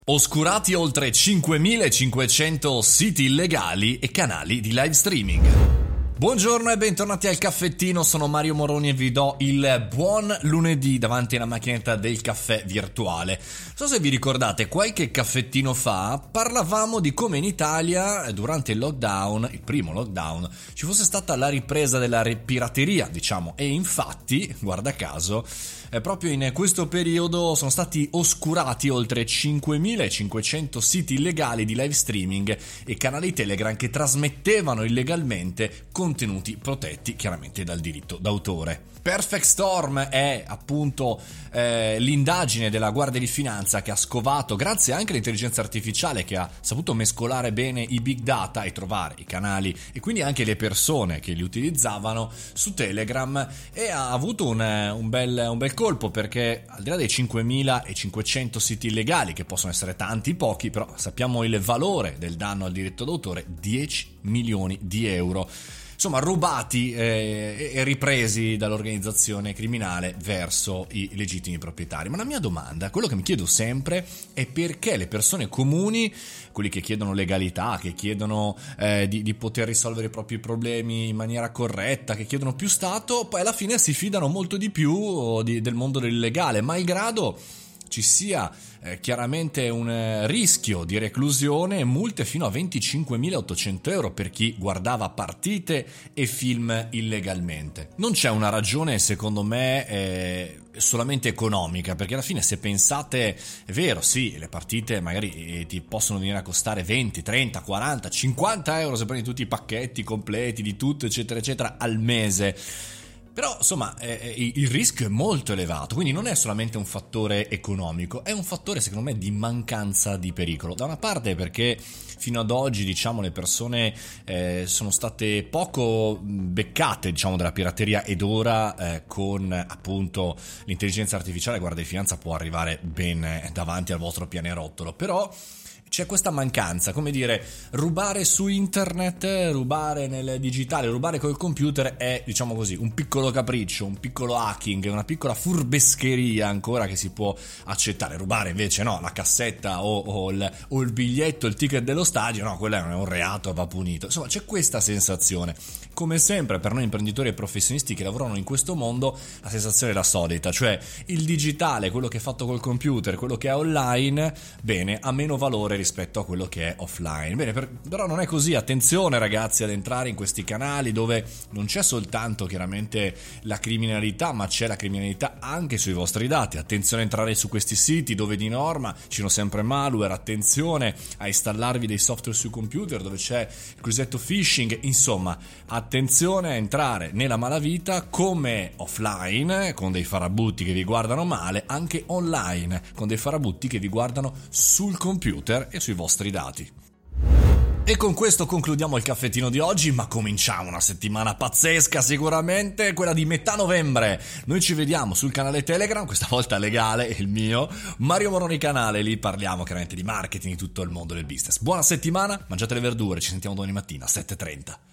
Oscurati oltre 5.500 siti illegali e canali di live streaming. Buongiorno e bentornati al caffettino, sono Mario Moroni e vi do il buon lunedì davanti alla macchinetta del caffè virtuale. Non so se vi ricordate, qualche caffettino fa parlavamo di come in Italia durante il lockdown, il primo lockdown, ci fosse stata la ripresa della pirateria, diciamo, e infatti, guarda caso, proprio in questo periodo sono stati oscurati oltre 5.500 siti illegali di live streaming e canali Telegram che trasmettevano illegalmente contenuti protetti chiaramente dal diritto d'autore. Perfect Storm è appunto l'indagine della Guardia di Finanza che ha scovato, grazie anche all'intelligenza artificiale che ha saputo mescolare bene i big data e trovare i canali e quindi anche le persone che li utilizzavano su Telegram, e ha avuto un bel colpo, perché al di là dei 5.500 siti illegali, che possono essere tanti, pochi, però sappiamo il valore del danno al diritto d'autore: 10 milioni di euro. Insomma, rubati e ripresi dall'organizzazione criminale verso i legittimi proprietari. Ma la mia domanda, quello che mi chiedo sempre, è perché le persone comuni, quelli che chiedono legalità, che chiedono di poter risolvere i propri problemi in maniera corretta, che chiedono più Stato, poi alla fine si fidano molto di più del mondo dell'illegale, malgrado ci sia chiaramente un rischio di reclusione e multe fino a 25.800 euro per chi guardava partite e film illegalmente. Non c'è una ragione, secondo me, solamente economica, perché alla fine, se pensate, è vero, sì, le partite magari ti possono venire a costare 20, 30, 40, 50 euro se prendi tutti i pacchetti completi di tutto eccetera eccetera al mese. Però insomma il rischio è molto elevato, quindi non è solamente un fattore economico, è un fattore secondo me di mancanza di pericolo. Da una parte perché fino ad oggi, diciamo, le persone sono state poco beccate, diciamo, dalla pirateria, ed ora con appunto l'intelligenza artificiale, Guardia di Finanza può arrivare ben davanti al vostro pianerottolo. Però c'è questa mancanza, come dire, rubare su internet, rubare nel digitale, rubare col computer è, diciamo così, un piccolo capriccio, un piccolo hacking, una piccola furbescheria ancora che si può accettare. Rubare invece no, la cassetta o il biglietto, il ticket dello stadio, no, quello è un reato, va punito. Insomma, c'è questa sensazione. Come sempre per noi imprenditori e professionisti che lavorano in questo mondo, la sensazione è la solita, cioè il digitale, quello che è fatto col computer, quello che è online, bene, ha meno valore rispetto a quello che è offline. Bene, però non è così. Attenzione ragazzi ad entrare in questi canali dove non c'è soltanto chiaramente la criminalità, ma c'è la criminalità anche sui vostri dati. Attenzione a entrare su questi siti dove di norma ci sono sempre malware. Attenzione a installarvi dei software sui computer dove c'è il cosiddetto phishing. Insomma, attenzione a entrare nella malavita, come offline con dei farabutti che vi guardano male, anche online con dei farabutti che vi guardano sul computer e sui vostri dati. E con questo concludiamo il caffettino di oggi, ma cominciamo una settimana pazzesca, sicuramente quella di metà novembre. Noi ci vediamo sul canale Telegram, questa volta legale, il mio, Mario Moroni canale, lì parliamo chiaramente di marketing, di tutto il mondo del business. Buona settimana, mangiate le verdure, ci sentiamo domani mattina 7:30.